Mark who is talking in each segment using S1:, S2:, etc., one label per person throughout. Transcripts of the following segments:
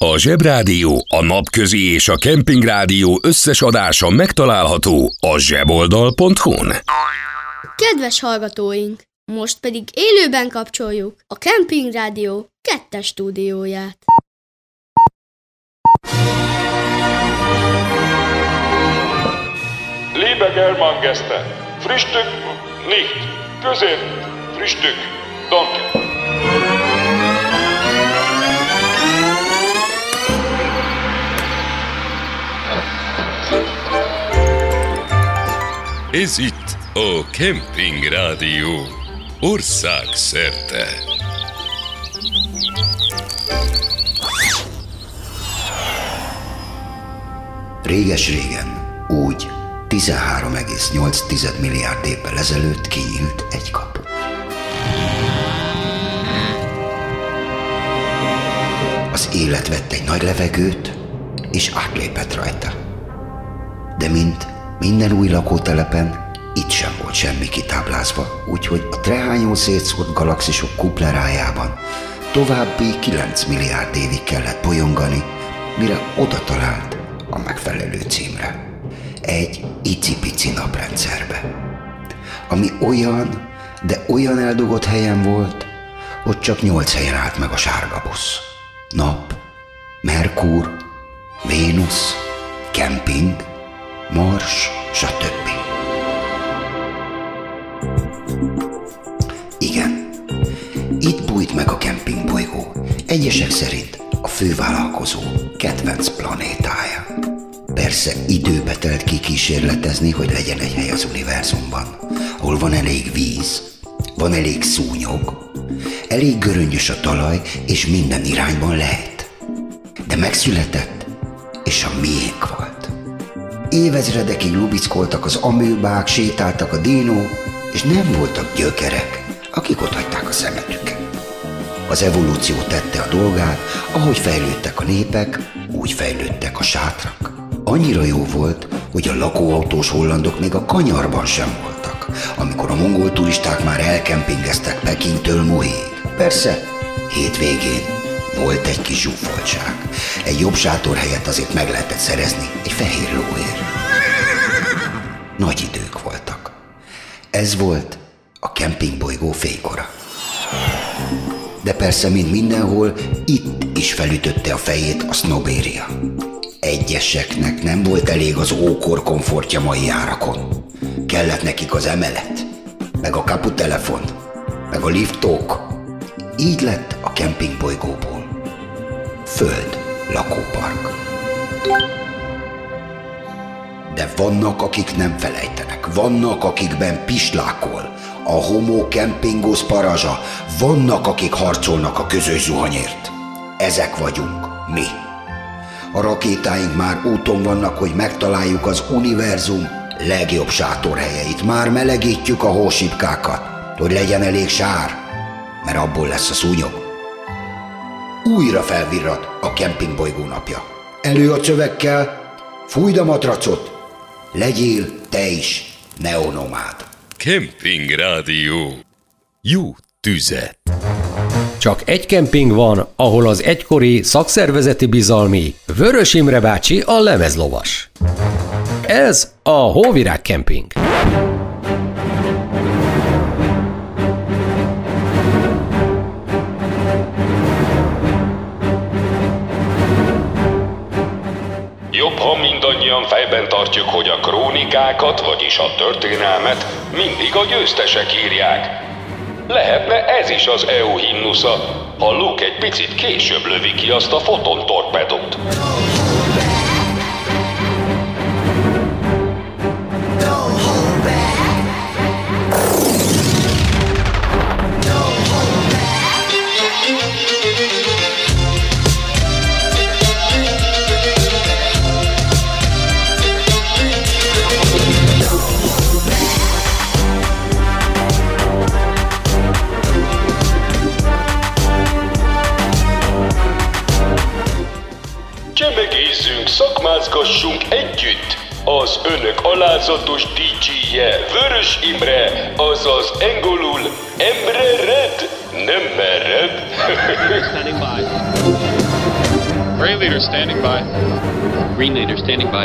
S1: A Zsebrádió, a Napközi és a Kempingrádió összes adása megtalálható a zseboldal.hu-n.
S2: Kedves hallgatóink, most pedig élőben kapcsoljuk a Kempingrádió 2. stúdióját.
S3: Liebe Germangäste, Frühstück nicht, Közén, Frühstück, danke.
S1: Ez itt a Kempingrádió országszerte.
S4: Réges-régen, úgy 13,8 milliárd évvel ezelőtt kinyílt egy kapu. Az élet vett egy nagy levegőt, és átlépett rajta. De mint minden új lakótelepen, itt sem volt semmi kitáblázva, úgyhogy a trehányó szétszórt galaxisok kuplerájában további 9 milliárd évig kellett bolyongani, mire oda talált a megfelelő címre. Egy icipici naprendszerbe, ami olyan, de olyan eldugott helyen volt, hogy csak 8 helyen állt meg a sárga busz. Nap, Merkur, Vénusz, kemping, Mars, stb. Igen, itt bújt meg a kempingbolygó, egyesek szerint a fővállalkozó kedvenc planétája. Persze időbe telt kikísérletezni, hogy legyen egy hely az univerzumban, ahol van elég víz, van elég szúnyog, elég göröngyös a talaj, és minden irányban lehet. De megszületett, és a miénk volt. Évezredekig lubickoltak az amőbák, sétáltak a dinók, és nem voltak gyökerek, akik otthagyták a szemetüket. Az evolúció tette a dolgát, ahogy fejlődtek a népek, úgy fejlődtek a sátrak. Annyira jó volt, hogy a lakóautós hollandok még a kanyarban sem voltak, amikor a mongol turisták már elkempingeztek Pekingtől Muhéig. Persze, hétvégén volt egy kis zsúfoltság. Egy jobb sátorhelyet azért meg lehetett szerezni egy fehér lóért. Nagy idők voltak. Ez volt a kempingbolygó fénykora. De persze, mint mindenhol, itt is felütötte a fejét a sznobéria. Egyeseknek nem volt elég az ókor komfortja mai árakon. Kellett nekik az emelet, meg a kaputelefon, meg a liftók. Így lett a kempingbolygóból föld lakópark. De vannak, akik nem felejtenek, vannak, akikben pislákol a homo campingos parazsa, vannak, akik harcolnak a közös zuhanyért. Ezek vagyunk mi. A rakétáink már úton vannak, hogy megtaláljuk az univerzum legjobb sátorhelyeit. Már melegítjük a hósipkákat, hogy legyen elég sár, mert abból lesz a szúnyog. Újra felvirrat a kempingbolygó napja. Elő a csövekkel, fújd a matracot, legyél te is neonomád.
S1: Kempingrádió. Jó tüzet.
S5: Csak egy kemping van, ahol az egykori szakszervezeti bizalmi Vörös Imre bácsi a lemezlovas. Ez a Hóvirág Kemping.
S3: Jobb, ha mindannyian fejben tartjuk, hogy a krónikákat, vagyis a történelmet mindig a győztesek írják. Lehetne ez is az EU himnusza, ha Luke egy picit később lövi ki azt a fotontorpedót. Csemegézzünk, szakmázgassunk együtt! Az önök alázatos DJ-je Vörös Imre, azaz angolul Emre Red, nem mered.
S6: Gray leader standing by.
S7: Green leader standing by.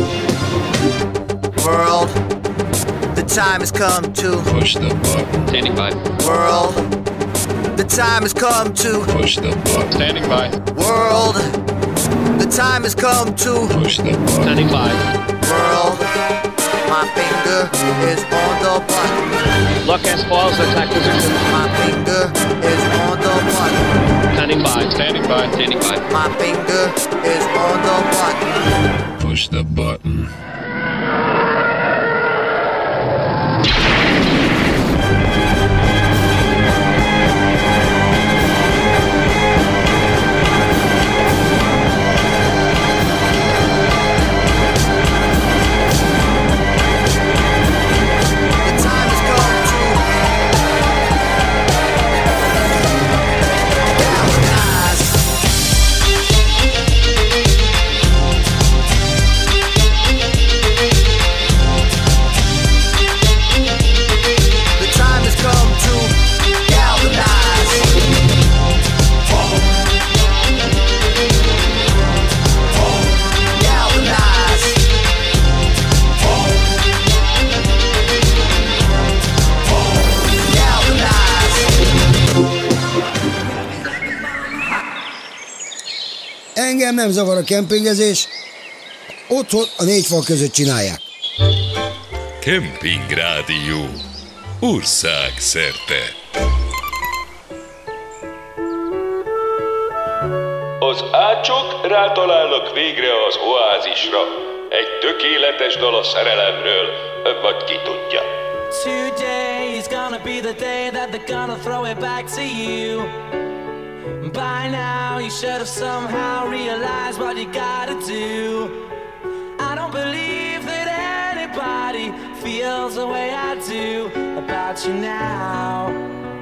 S8: World, the time has come to
S3: Push the button.
S7: Standing by.
S8: World, the time has come to
S3: Push the button.
S6: Standing by.
S8: World, the time has come to
S3: Push the button.
S7: Standing by.
S8: World, my finger is on the button.
S7: Lock and spoils attack position.
S8: My finger is on the button.
S7: Standing by.
S6: Standing by.
S7: Standing by.
S8: My finger is on the button.
S3: Push the button.
S9: Engem nem zavar a kempingezés, otthon a négy fal között csinálják.
S1: Kemping Rádió. Országszerte.
S3: Az ácsok rátalálnak végre az oázisra. Egy tökéletes dal a szerelemről, vagy ki tudja.
S10: Today is gonna be the day that they're gonna throw it back to you. By now you should have somehow realized what you gotta do. I don't believe that anybody feels the way I do about you now.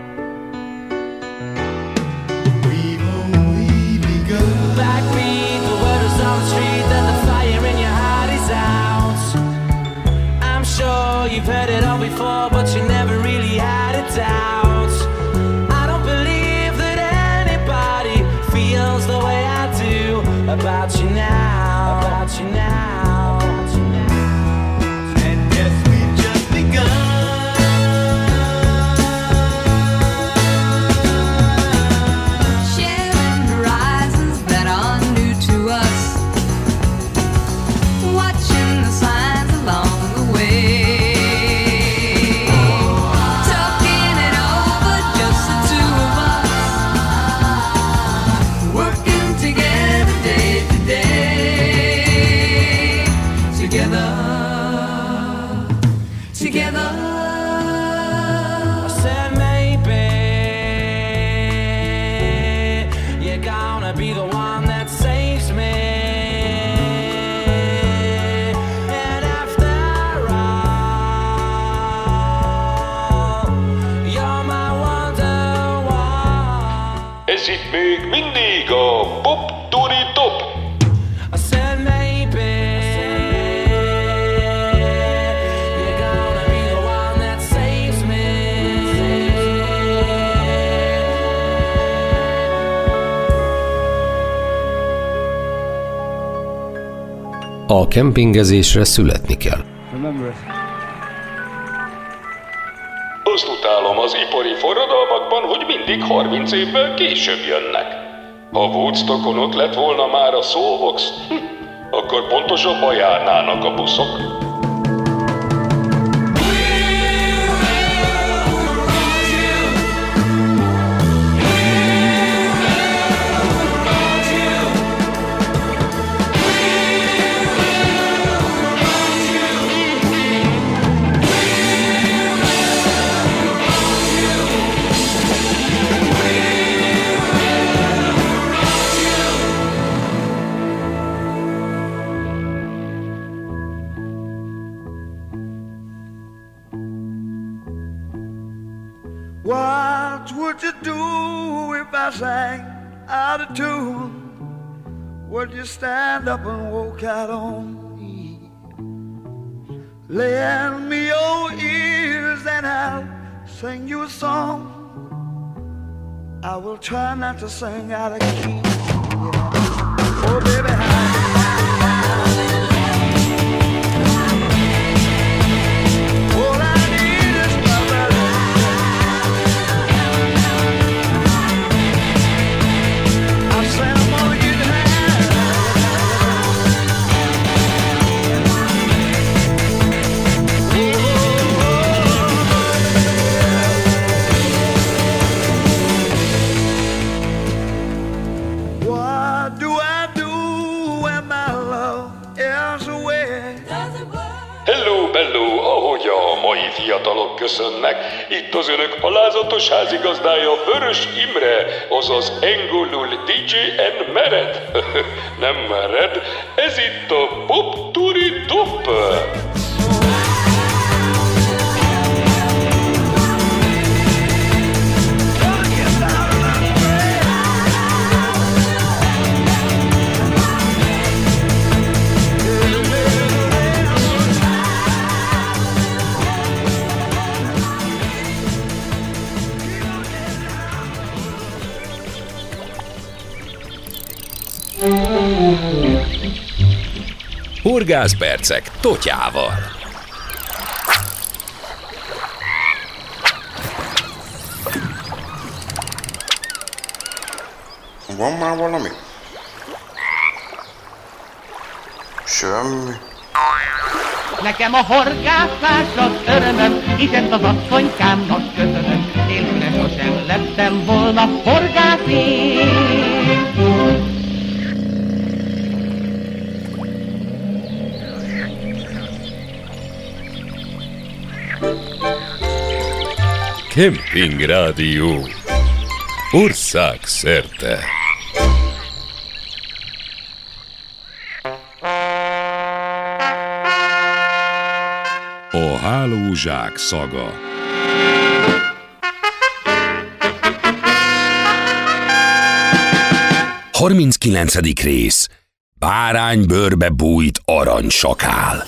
S10: We've only begun. Backbeat, the word is on the street that the fire in your heart is out. I'm sure you've heard it all before, but you never really had a doubt. I don't believe that anybody feels the way I do about you now, about you now. And yes, we've just begun.
S11: Sharing horizons that are new to us, watching the signs along the way. Talking it over, just the two of us, working together day to day. Together, together.
S10: I said maybe you're gonna be the one that saves me. And after all, you're my wonderwall.
S3: Ez itt még mindig a Pop Turi Top.
S10: I said maybe you're gonna be the one that saves me.
S5: A kempingezésre születni kell.
S3: Azt utálom az ipari forradalmakban, hogy mindig 30 évvel később jönnek. Ha Woodstockon ott lett volna már a Soulbox, akkor pontosabban járnának a buszok.
S12: What would you do if I sang out of tune? Would you stand up and walk out on me? Lend me your ears and I'll sing you a song. I will try not to sing out of key.
S3: melló, ahogy a mai fiatalok köszönnek. Itt az önök alázatos házigazdája Vörös Imre, azaz angolul DJ N. Mered. Nem mered, ez itt a Pop Turi Top.
S1: Horgászpercek Totyával.
S6: Van már valami? Semmi.
S13: Nekem a horgászás az örömöm, hisz ezt az asszonykámnak köszönöm. Nélküle sosem lettem volna horgász én.
S1: Camping Rádió. Országszerte. A hálózsák szaga. Harminckilencedik rész. Báránybőrbe bújt aranysakál.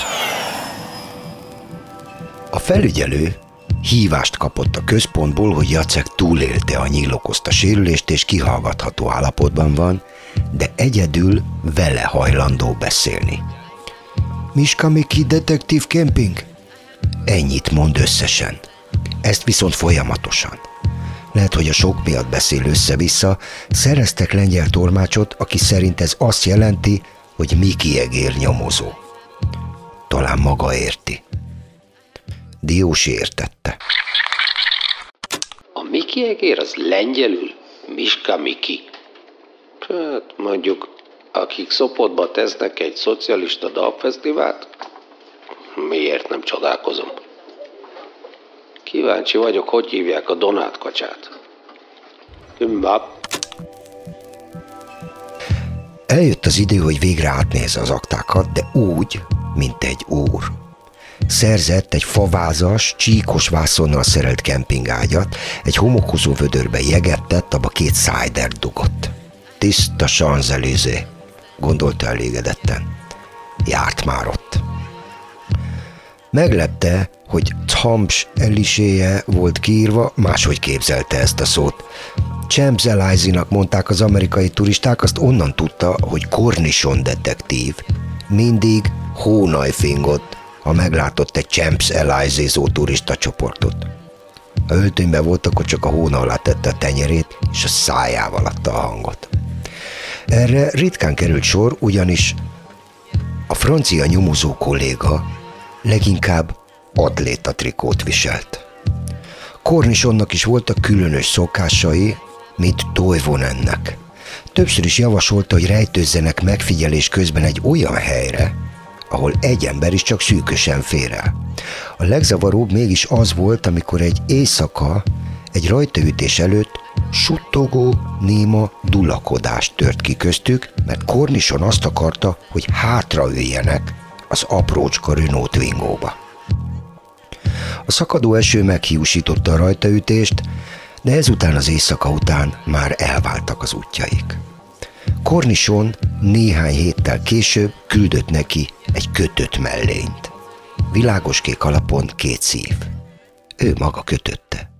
S4: A felügyelő hívást kapott a központból, hogy Jacek túlélte a nyílokozta sérülést és kihallgatható állapotban van, de egyedül vele hajlandó beszélni. Miska Miki detektív kemping? Ennyit mond összesen. Ezt viszont folyamatosan. Lehet, hogy a sok miatt beszél össze-vissza, szereztek lengyel tolmácsot, aki szerint ez azt jelenti, hogy Miki egér nyomozó. Talán maga érti. Diósi értette.
S14: A Miki egér az lengyelül Miska Miki. Hát mondjuk, akik Sopotba tesznek egy szocialista dalfesztivált, miért nem csodálkozom? Kíváncsi vagyok, hogy hívják a Donát kacsát.
S4: Eljött az idő, hogy végre átnézze az aktákat, de úgy, mint egy úr. Szerzett egy favázas, csíkos vászonnal szerelt kempingágyat, egy homokozó vödörbe jeget tett, abba 2 szájdert dugott. Tiszta Champs-Élysées, gondolta elégedetten. Járt már ott. Meglepte, hogy Champs-Élysées volt kiírva, máshogy képzelte ezt a szót. Champs-Élysées-nak mondták az amerikai turisták, azt onnan tudta, hogy Cornichon detektív mindig hónajfingott, ha meglátott egy Champs-Élysées-zó turista csoportot. Ha öltönyben volt, akkor csak a hóna alá tette a tenyerét, és a szájával adta a hangot. Erre ritkán került sor, ugyanis a francia nyomozó kolléga leginkább atléta trikót viselt. Cornichonnak is voltak különös szokásai, mint Toivonennek. Többször is javasolta, hogy rejtőzzenek megfigyelés közben egy olyan helyre, ahol egy ember is csak szűkösen fér el. A legzavaróbb mégis az volt, amikor egy éjszaka, egy rajtaütés előtt suttogó, néma dulakodás tört ki köztük, mert Cornichon azt akarta, hogy hátraüljenek az aprócska Renault Twingóba. A szakadó eső meghiúsította a rajtaütést, de ezután az éjszaka után már elváltak az útjaik. Cornichon néhány héttel később küldött neki egy kötött mellényt. Világoskék alapon 2 szív. Ő maga kötötte.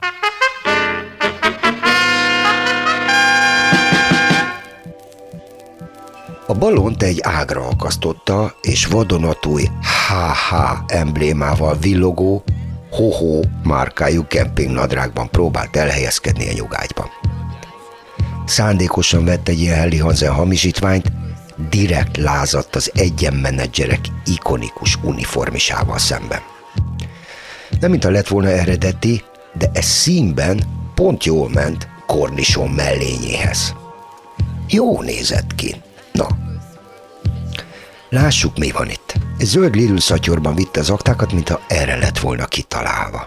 S4: A balont egy ágra akasztotta, és vadonatúj HH emblémával villogó, Hoho márkájú kempingnadrágban próbált elhelyezkedni a nyugágyban. Szándékosan vett egy ilyen Helly Hansen hamisítványt, direkt lázadt az egyenmenedzserek ikonikus uniformisával szemben. Nem mintha lett volna eredeti, de ez színben pont jól ment Cornichon mellényéhez. Jó nézett ki. Na. Lássuk, mi van itt. Egy zöld Lidl szatyorban vitte az aktákat, mintha erre lett volna kitalálva.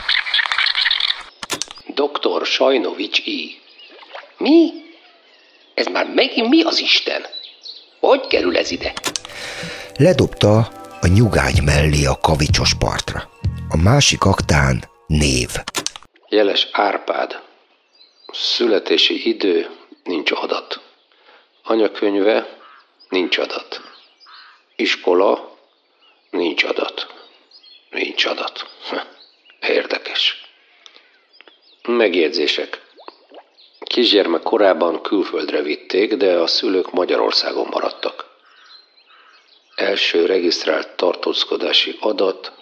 S14: Dr. Sajnovics I. Mi? Ez már megint mi az Isten? Hogy kerül ez ide?
S4: Ledobta a nyugágy mellé a kavicsos partra. A másik aktán név.
S14: Jeles Árpád. Születési idő, nincs adat. Anyakönyve, nincs adat. Iskola, nincs adat. Nincs adat. Érdekes. Megjegyzések. Kisgyermek korában külföldre vitték, de a szülők Magyarországon maradtak. Első regisztrált tartózkodási adat.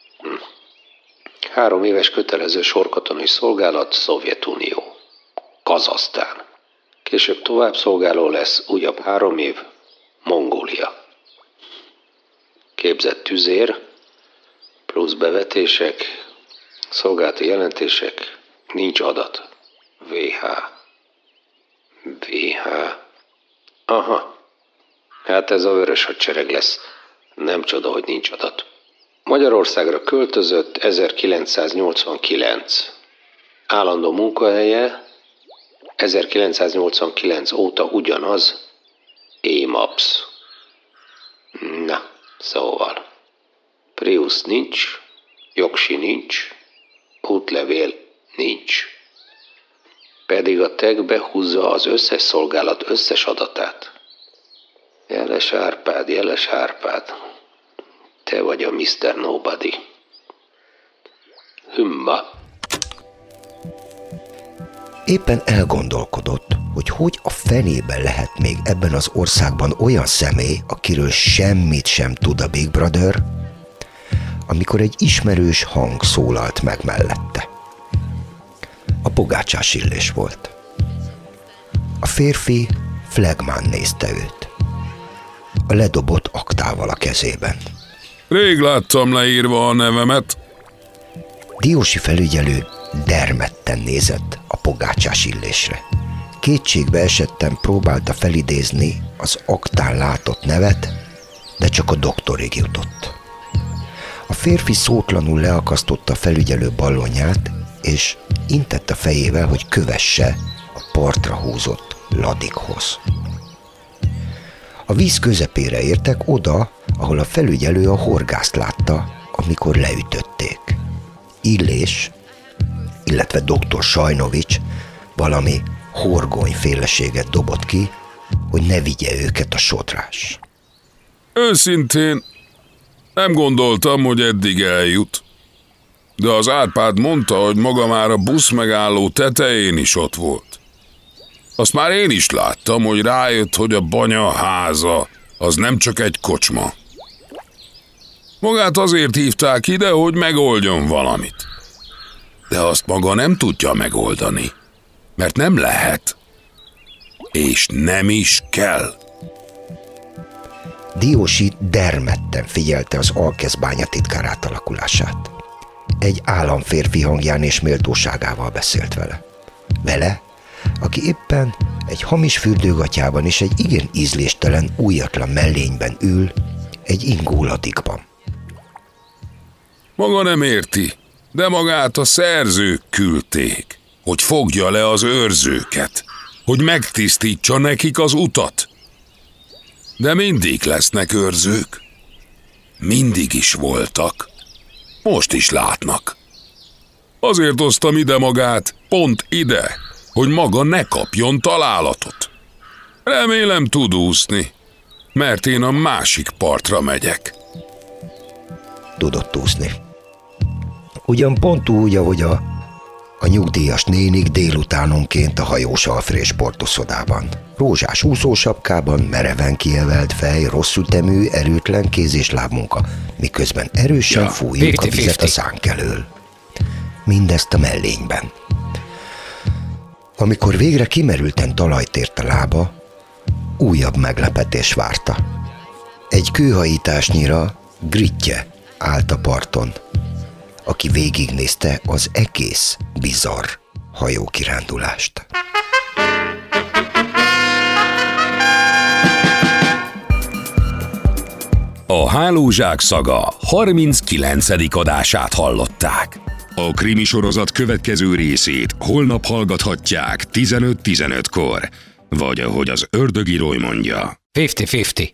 S14: 3 éves kötelező sorkatonai szolgálat, Szovjetunió. Kazahsztán. Később továbbszolgáló lesz, újabb 3 év, Mongólia. Képzett tüzér, plusz bevetések, szolgálati jelentések, nincs adat. VH. Aha. Hát ez a vörös hadsereg lesz. Nem csoda, hogy nincs adat. Magyarországra költözött 1989. Állandó munkahelye 1989 óta ugyanaz, EMAPS. Na, szóval. Prius nincs, jogsi nincs, útlevél nincs. Pedig a tag behúzza az összes szolgálat összes adatát. Jeles Árpád, te vagy a Mr. Nobody. Hümma.
S4: Éppen elgondolkodott, hogy a fenében lehet még ebben az országban olyan személy, akiről semmit sem tud a Big Brother, amikor egy ismerős hang szólalt meg mellette. A Pogácsás Illés volt. A férfi flegmán nézte őt. A ledobott aktával a kezében.
S1: Rég láttam leírva a nevemet.
S4: Diósi felügyelő dermedten nézett a Pogácsás Illésre. Kétségbe esetten próbálta felidézni az aktán látott nevet, de csak a doktorig jutott. A férfi szótlanul leakasztotta a felügyelő ballonját, és intett a fejével, hogy kövesse a partra húzott ladikhoz. A víz közepére értek, oda, ahol a felügyelő a horgászt látta, amikor leütötték. Illés, illetve dr. Sajnovics valami horgonyféleséget dobott ki, hogy ne vigye őket a sodrás.
S1: Őszintén nem gondoltam, hogy eddig eljut. De az Árpád mondta, hogy maga már a busz megálló tetején is ott volt. Azt már én is láttam, hogy rájött, hogy a banya háza az nem csak egy kocsma. Magát azért hívták ide, hogy megoldjon valamit. De azt maga nem tudja megoldani, mert nem lehet. És nem is kell.
S4: Diósi dermedten figyelte az Alkeszbánya titkár átalakulását. Egy államférfi hangján és méltóságával beszélt vele. Vele, aki éppen egy hamis fürdőgatyában és egy igen ízléstelen, újatlan mellényben ül, egy ingóladikban.
S1: Maga nem érti, de magát a szerzők küldték, hogy fogja le az őrzőket, hogy megtisztítsa nekik az utat. De mindig lesznek őrzők. Mindig is voltak. Most is látnak. Azért hoztam ide magát, pont ide, hogy maga ne kapjon találatot. Remélem tud úszni, mert én a másik partra megyek.
S4: Tudott úszni. Ugyan pont úgy, ahogy a nyugdíjas nénik délutánonként a hajós Alfrés sportoszodában. Rózsás úszósapkában, mereven kievelt fej, rossz ütemű, erőtlen kéz- és lábmunka, miközben erősen fújjuk a vizet a szánk elől. Mindezt a mellényben. Amikor végre kimerülten talajt ért a lába, újabb meglepetés várta. Egy kőhajításnyira Grittye állt a parton, aki végignézte az egész bizarr hajókirándulást.
S1: A Hálózsák szaga 39. adását hallották. A krimi sorozat következő részét holnap hallgathatják 15:15-kor, vagy ahogy az ördögírói mondja.
S5: 50-50.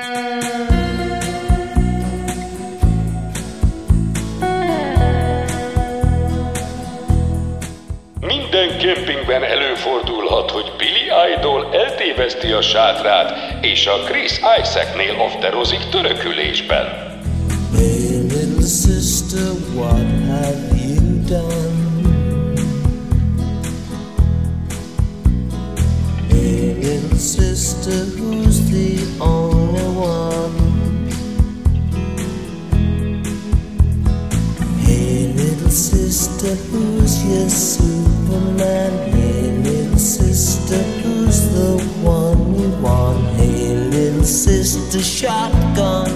S3: Minden kempingben előfordulhat, hogy Billy Idol eltéveszti a sátrát, és a Chris Isaacnél afterozik törökülésben.
S10: Hey little sister, what have you done? Hey little sister, who's the only one? Hey little sister, who's your Superman? Hey little sister, who's the one you want? Hey little sister, shotgun.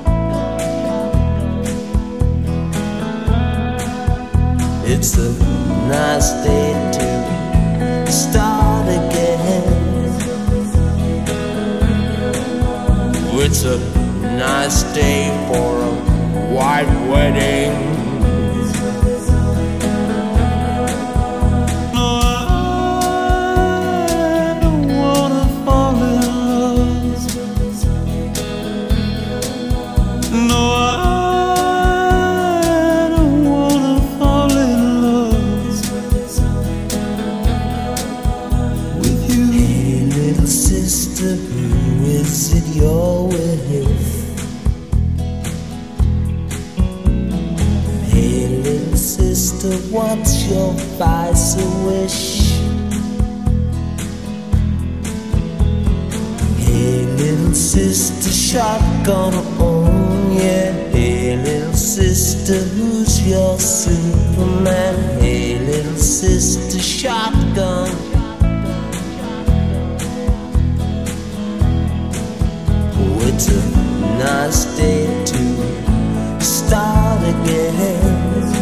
S10: It's a nice day to start again. It's a nice day for a white wedding. No, I don't wanna fall in love. No, I don't wanna fall in love with you. Hey little sister, who is it you're with? Hey little sister, what's your vice or wish? Hey little sister, shotgun on, yeah. Hey little sister, who's your Superman? Hey little sister, shotgun. Oh, it's a nice day to start again.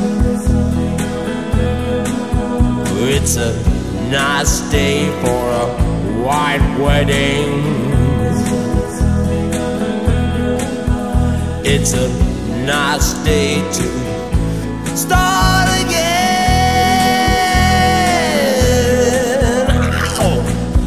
S10: It's a nice day for a white wedding. It's a nice day to start again. Oh.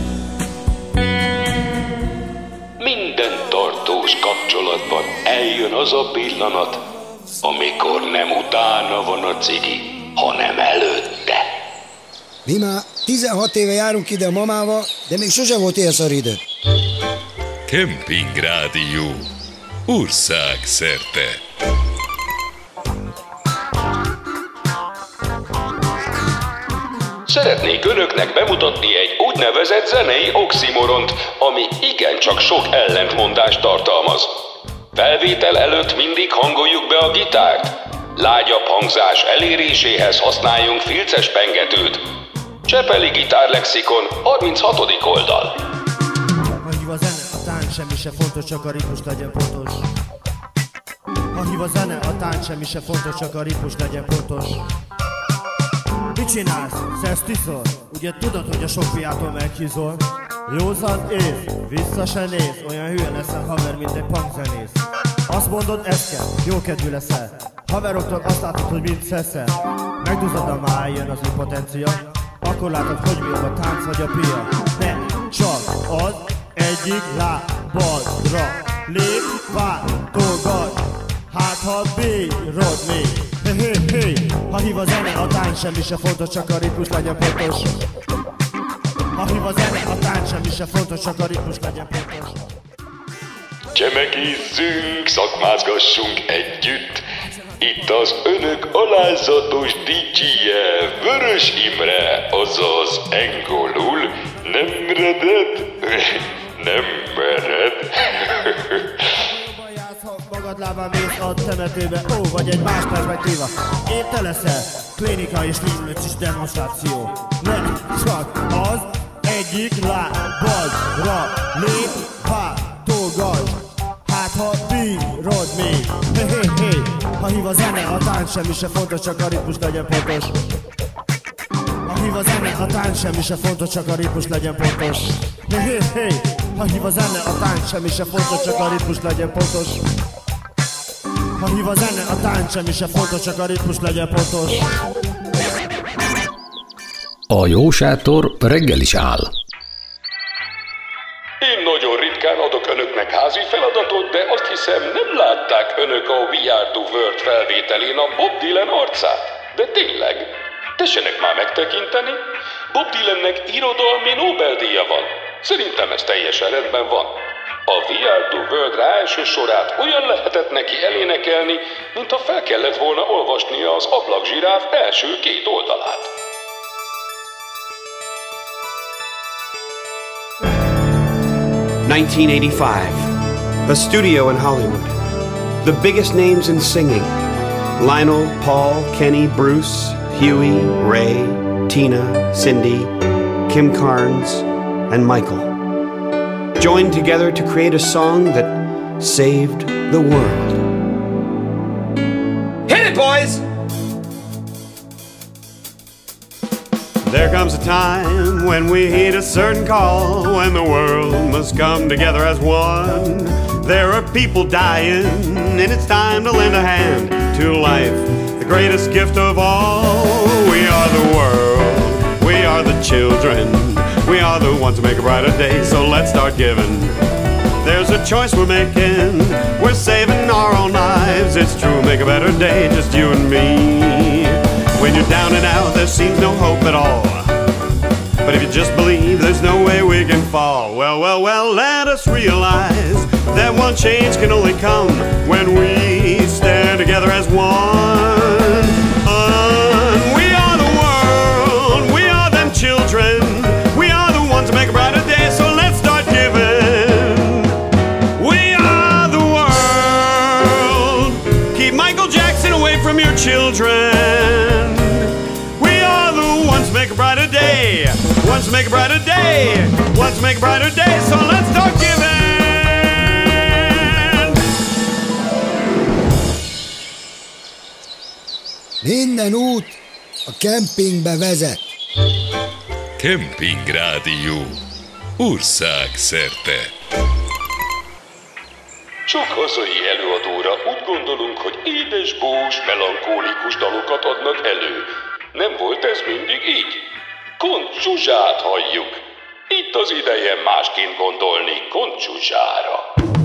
S3: Minden tartós kapcsolatban eljön az a pillanat, amikor nem utána van a cigi, hanem előtte.
S9: Mi már 16 éve járunk ide a mamával, de még sose volt ilyen szar idő.
S1: Kemping Rádió. Ország szerte.
S3: Szeretnék önöknek bemutatni egy úgynevezett zenei oximoront, ami igencsak sok ellentmondást tartalmaz. Felvétel előtt mindig hangoljuk be a gitárt. Lágyabb hangzás eléréséhez használjunk filces pengetőt. Csepeli gitárlexikon, 36. oldal.
S15: Ha hív a zene, a tánc semmi se fontos, csak a ritmus legyen pontos. Ha hív a zene, a tánc semmi se fontos, csak a ritmus legyen pontos. Mit csinálsz? Szesztiszol? Ugye tudod, hogy a sok fiától meghízol? Józan ész, vissza se néz, olyan hülye leszel haver, mint egy punkzenész. Azt mondod, ez kell, jókedvű leszel. Haveroktól azt látod, hogy mind szeszel. Megduzzad a máj, jön az impotencia. Akkor látod, hogy mi a tánc vagy a pia. Ne csak az egyik lábadra lép, váltogat. Hát ha bírod még. Hey. Ha hív a zene, a tánc semmi se fontos, csak a ritmus legyen pontos. Ha hív a zene, a tánc semmi se fontos, csak a ritmus legyen pontos.
S3: Csemegézzünk, szakmázgassunk együtt. Itt az önök alázatos DJ-je, Vörös Imre, azaz angolul nem mered.
S15: Magad lábán mész a temetőbe, ó, vagy egy más perspektíva. Én te leszel, klinika és límlőcs is demonstráció. Nem csak az egyik lábadra lép, váltogass. Hát ha bírod még. Hey. Ha hív a zene, a tánc semmi se fontos, csak a ritmus legyen pontos. Ha hív a zene, a tánc semmi se fontos, csak a ritmus legyen pontos. Hey. Ha hív a zene, a tánc semmi se fontos, csak a ritmus legyen pontos. Ha hív a zene, a tánc semmi se fontos, csak a ritmus legyen pontos.
S5: A jó sátor reggel is áll.
S3: Én nagyon ritkán adok önöknek házi feladatot, de azt hiszem nem látták önök a We Are The World felvételén a Bob Dylan arcát. De tényleg, tessenek már megtekinteni. Bob Dylannek irodalmi Nobel-díja van. Szerintem ez teljesen rendben van. A We Are The World első sorát olyan lehetett neki elénekelni, mintha fel kellett volna olvasnia az Ablakzsiráf első 2 oldalát.
S16: A studio in Hollywood. The biggest names in singing. Lionel, Paul, Kenny, Bruce, Huey, Ray, Tina, Cindy, Kim Carnes, and Michael joined together to create a song that saved the world. Hit it, boys! There comes a time when we heed a certain call, when the world must come together as one. There are people dying, and it's time to lend a hand to life, the greatest gift of all. We are the world, we are the children, we are the ones who make a brighter day, so let's start giving. There's a choice we're making, we're saving our own lives. It's true, make a better day, just you and me. When you're down and out, there seems no hope at all. But if you just believe, there's no way we can fall. Well, well, well, let us realize that one change can only come when we stand together as one. We are the world, we are them children, we are the ones who make a brighter day, so let's start giving. We are the world. Keep Michael Jackson away from your children. Make a brighter day, wants to make a brighter day, wants to make a brighter day, so let's start giving!
S9: Minden út a kempingbe vezet.
S17: Kemping Rádió országszerte.
S3: Sok hazai előadóra úgy gondolunk, hogy édes, bós, melankólikus dalokat adnak elő. Nem volt ez mindig így? Kont Zsuzsát halljuk. Itt az ideje másként gondolni Kont Zsuzsára.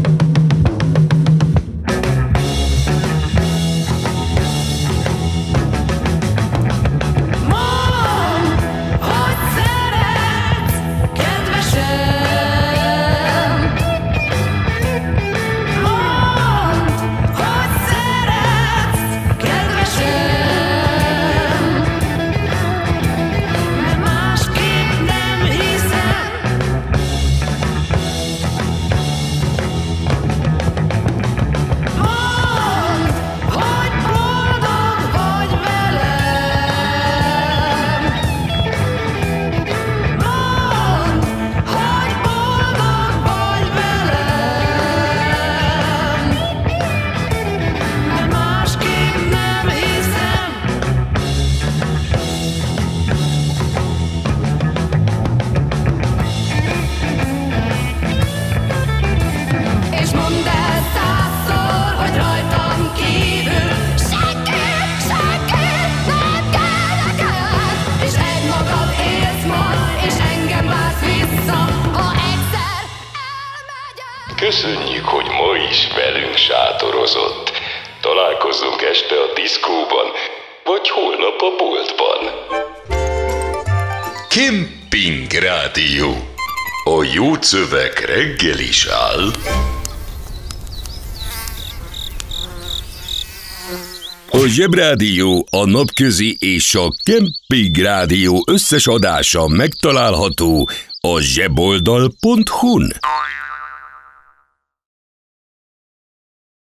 S3: Köszönjük, hogy ma is velünk sátorozott. Találkozzunk este a diszkóban, vagy holnap a boltban.
S17: Kemping Rádió. A jó szöveg reggel is áll. A Zsebrádió, a Napközi és a Kemping Rádió összes adása megtalálható a zseboldal.hu-n.